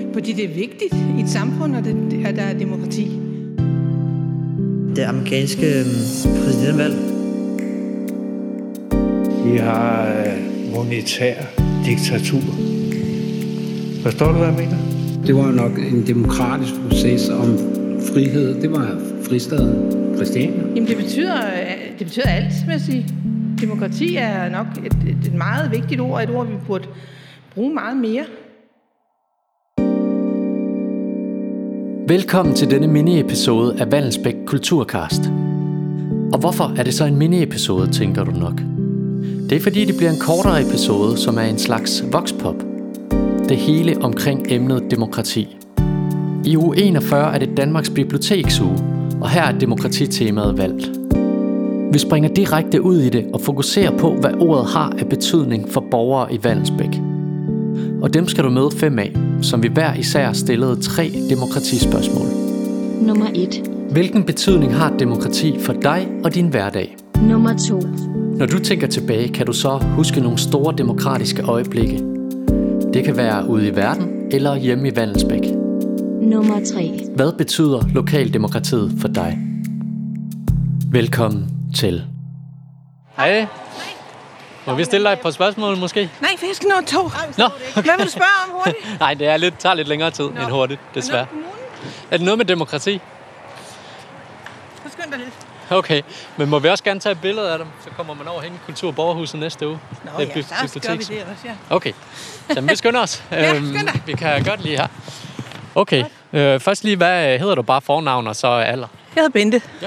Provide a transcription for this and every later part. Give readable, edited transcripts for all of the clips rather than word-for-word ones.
Fordi det er vigtigt i et samfund, at der er demokrati. Det amerikanske præsidentvalg. Vi har monetær diktatur. Forstår du, hvad jeg mener? Det var nok en demokratisk proces om frihed. Det var fristaden Christiania. Jamen det betyder alt, vil jeg sige. Demokrati er nok et meget vigtigt ord, et ord, vi burde bruge meget mere. Velkommen til denne mini-episode af Vallensbæk Kulturcast. Og hvorfor er det så en mini-episode, tænker du nok? Det er fordi, det bliver en kortere episode, som er en slags voxpop. Det hele omkring emnet demokrati. I uge 41 er det Danmarks Biblioteksuge, og her er demokratitemaet valgt. Vi springer direkte ud i det og fokuserer på, hvad ordet har af betydning for borgere i Vallensbæk. Og dem skal du møde 5 af, som vi hver især stillede 3 demokratispørgsmål. Nummer 1. Hvilken betydning har demokrati for dig og din hverdag? Nummer 2. Når du tænker tilbage, kan du så huske nogle store demokratiske øjeblikke. Det kan være ude i verden eller hjemme i Vallensbæk. Nummer 3. Hvad betyder lokaldemokratiet for dig? Velkommen til. Hej. Må vi stille dig et par spørgsmål måske? Nej, for jeg skal nå et tog. Nå, okay. Hvad vil du spørge om hurtigt? Nej, det tager lidt længere tid end hurtigt, desværre. Er det noget med demokrati? Så skynd dig lidt. Okay, men må vi også gerne tage et billede af dem? Så kommer man over hen i Kulturborgerhuset næste uge. Nå ja, så gør vi det også, ja. Okay, så vi skynder os. Skynd dig. Vi kan godt lige her. Okay, først lige, hvad hedder du bare fornavn og så alder? Jeg hedder Bente. Ja.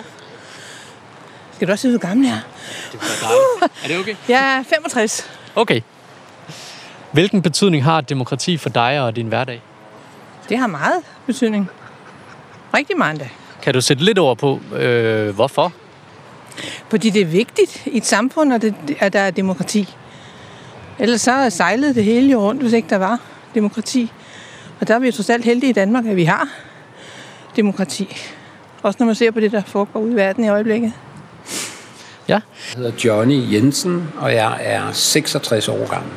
Skal du også vide, hvor gammel jeg er? Det var dejligt. Er det okay? Jeg er 65. Okay. Hvilken betydning har demokrati for dig og din hverdag? Det har meget betydning. Rigtig meget endda. Kan du sætte lidt ord på, hvorfor? Fordi det er vigtigt i et samfund, at der er demokrati. Ellers så sejlede det hele jo rundt, hvis ikke der var demokrati. Og der er vi jo trods alt heldige i Danmark, at vi har demokrati. Også når man ser på det, der foregår ude i verden i øjeblikket. Ja. Jeg hedder Johnny Jensen, og jeg er 66 år gammel.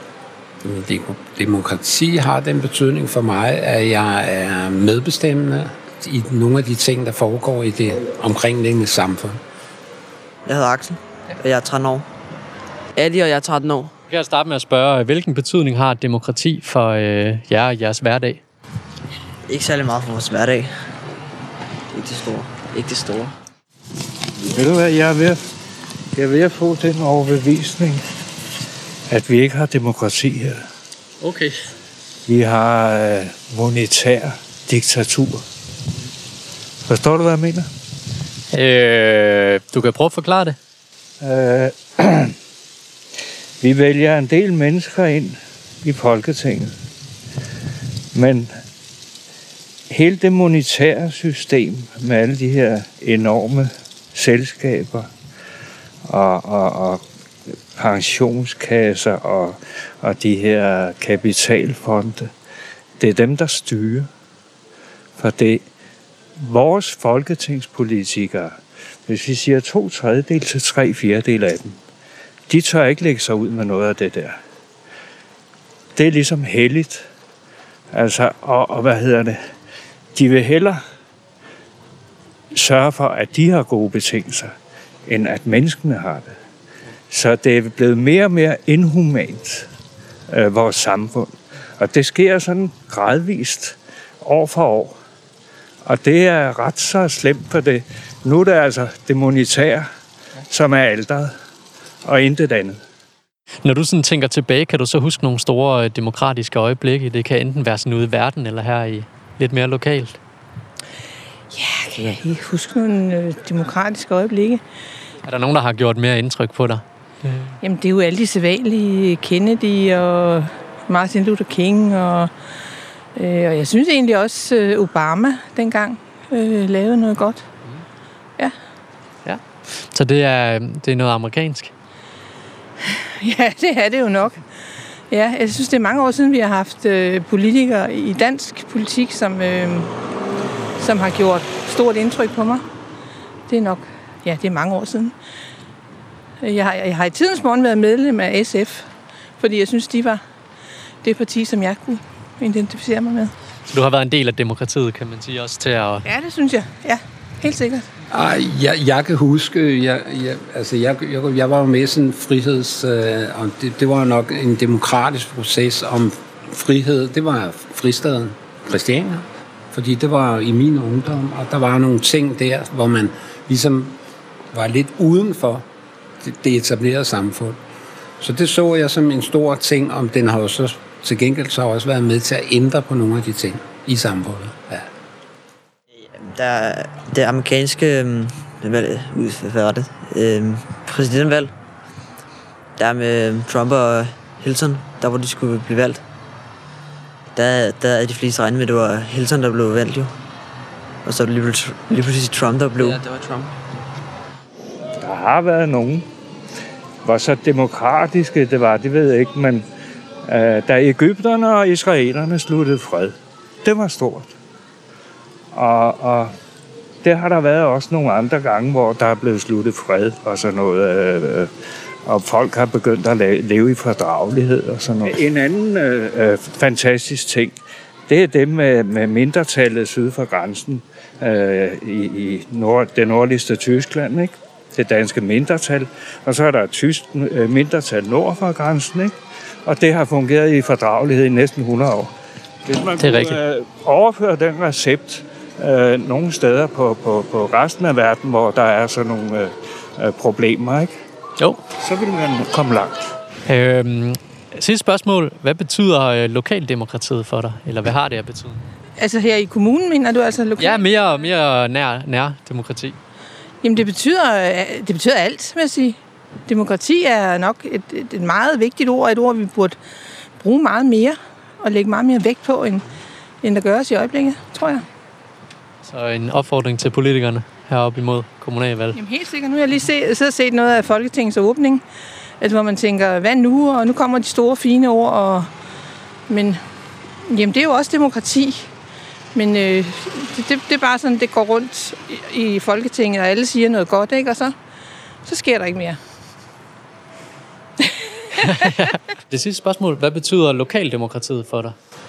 Demokrati har den betydning for mig, at jeg er medbestemmende i nogle af de ting, der foregår i det omkringliggende samfund. Jeg hedder Axel, og jeg er 13 år. Adi, og jeg er 13 år. Jeg kan starte med at spørge, hvilken betydning har demokrati for jer og jeres hverdag? Ikke særlig meget for vores hverdag. Ikke det store. Ikke det store. Ved du hvad, jeg er ved at få den overbevisning, at vi ikke har demokrati her. Okay. Vi har monetær diktatur. Forstår du, hvad jeg mener? Du kan prøve at forklare det. Vi vælger en del mennesker ind i Folketinget. Men hele det monetære system med alle de her enorme selskaber og pensionskasser og de her kapitalfonde, det er dem, der styrer. For det vores folketingspolitikere, hvis vi siger 2/3 til 3/4 af dem, de tør ikke lægge sig ud med noget af det der. Det er ligesom helligt. Altså, og hvad hedder det? De vil hellere sørge for, at de har gode betingelser, end at menneskene har det. Så det er blevet mere og mere inhumant, vores samfund. Og det sker sådan gradvist, år for år. Og det er ret så slemt for det. Nu er det altså det monetære, som er alteret, og intet andet. Når du sådan tænker tilbage, kan du så huske nogle store demokratiske øjeblikke? Det kan enten være sådan ude i verden, eller her i lidt mere lokalt. Ja, kan jeg ikke huske nogle demokratiske øjeblikke? Er der nogen, der har gjort mere indtryk på dig? Jamen, det er jo alle de sædvanlige Kennedy og Martin Luther King, og jeg synes egentlig også, Obama dengang lavede noget godt. Ja. Ja. Så det er noget amerikansk? Ja, det er det jo nok. Ja, jeg synes, det er mange år siden, vi har haft politikere i dansk politik, som har gjort stort indtryk på mig. Det er nok, ja, det er mange år siden. Jeg har i tidens morgen været medlem af SF, fordi jeg synes, de var det parti, som jeg kunne identificere mig med. Så du har været en del af demokratiet, kan man sige, også til at... Ja, det synes jeg. Ja, helt sikkert. Jeg kan huske, jeg var jo med i sådan en friheds... og det var nok en demokratisk proces om frihed. Det var fristaden Christiania, fordi det var i min ungdom, og der var nogle ting der, hvor man ligesom var lidt uden for det etablerede samfund. Så det så jeg som en stor ting, om den har jo så til gengæld så også været med til at ændre på nogle af de ting i samfundet. Ja. Det amerikanske præsidentvalg, der med Trump og Hillary, der hvor de skulle blive valgt, der er de fleste regnet med, at det var Hillary, der blev valgt jo. Og så er det lige pludselig Trump, der blev. Ja, det var Trump. Der har været nogen. Hvor så demokratiske det var, det ved jeg ikke, men da egypterne og israelerne sluttede fred, det var stort. Og det har der været også nogle andre gange, hvor der er blevet sluttet fred og sådan noget, og folk har begyndt at leve i fordragelighed og sådan noget. En anden fantastisk ting, det er det med mindretallet syd for grænsen i det nordligste Tyskland, ikke? Det danske mindretal, og så er der et tysk mindretal nord for grænsen, ikke? Og det har fungeret i fordragelighed i næsten 100 år. Hvis man kunne overføre den recept nogle steder på resten af verden, hvor der er sådan nogle problemer, ikke? Jo. Så vil man komme langt. Sidste spørgsmål. Hvad betyder lokaldemokratiet for dig? Eller hvad har det at betyde? Altså her i kommunen, mener du altså lokalt? Ja, mere nær demokrati. Jamen det betyder alt, vil jeg sige. Demokrati er nok et meget vigtigt ord, et ord, vi burde bruge meget mere og lægge meget mere vægt på, end der gøres i øjeblikket, tror jeg. Så en opfordring til politikerne heroppe imod kommunalvalg. Jamen helt sikkert. Nu har jeg lige set noget af Folketingets åbning, altså, hvor man tænker, hvad nu? Og nu kommer de store, fine ord. Men jamen, det er jo også demokrati. Men det er bare sådan, det går rundt i Folketinget, og alle siger noget godt, ikke? Og så sker der ikke mere. Det sidste spørgsmål. Hvad betyder lokaldemokratiet for dig?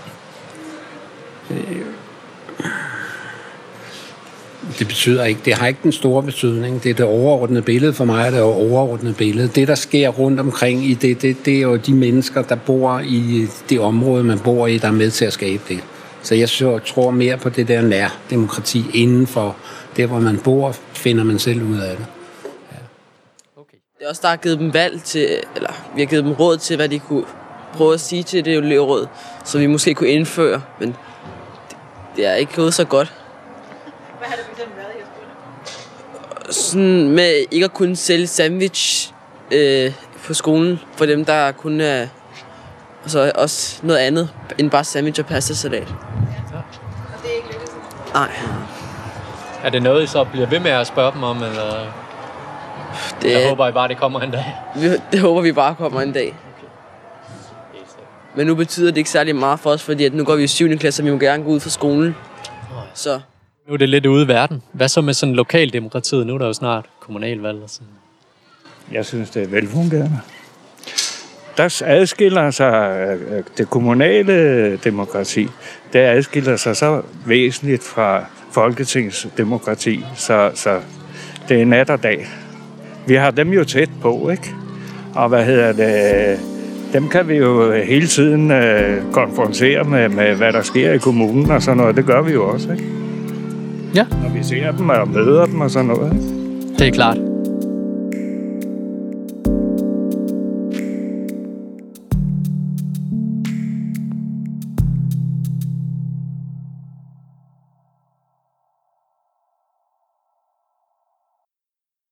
Det betyder ikke. Det har ikke den store betydning. Det er det overordnede billede for mig, det er overordnede billede. Det, der sker rundt omkring i det er jo de mennesker, der bor i det område, man bor i, der er med til at skabe det. Så jeg tror mere på det der nærdemokrati inden for det, hvor man bor, finder man selv ud af det. Ja. Okay. Det er også, der har givet dem valg til, eller vi har givet dem råd til, hvad de kunne prøve at sige til det elevråd, så vi måske kunne indføre, men det er ikke gået så godt. Hvad har det for eksempel været, Jesper? Sådan med ikke at kunne sælge sandwich på skolen, for dem, der kun er og så også noget andet end bare sandwich og pastasalat. Ja. Og det er ikke lykkedes? Nej. Er det noget, I så bliver ved med at spørge dem om, eller jeg håber I bare, det kommer en dag? Det håber vi bare kommer en dag. Okay. Men nu betyder det ikke særlig meget for os, fordi at nu går vi i 7. klasse, og vi må gerne gå ud fra skolen. Så. Nu er det lidt ude i verden. Hvad så med sådan lokaldemokratiet? Nu er der jo snart kommunalvalg og sådan. Jeg synes, det er velfungerende. Der adskiller sig det kommunale demokrati. Det adskiller sig så væsentligt fra folketingsdemokrati, så det er nat og dag. Vi har dem jo tæt på, ikke? Og dem kan vi jo hele tiden konfrontere med, hvad der sker i kommunen og sådan noget. Det gør vi jo også, ikke? Ja. Når vi ser dem og møder dem og sådan noget, ikke? Det er klart.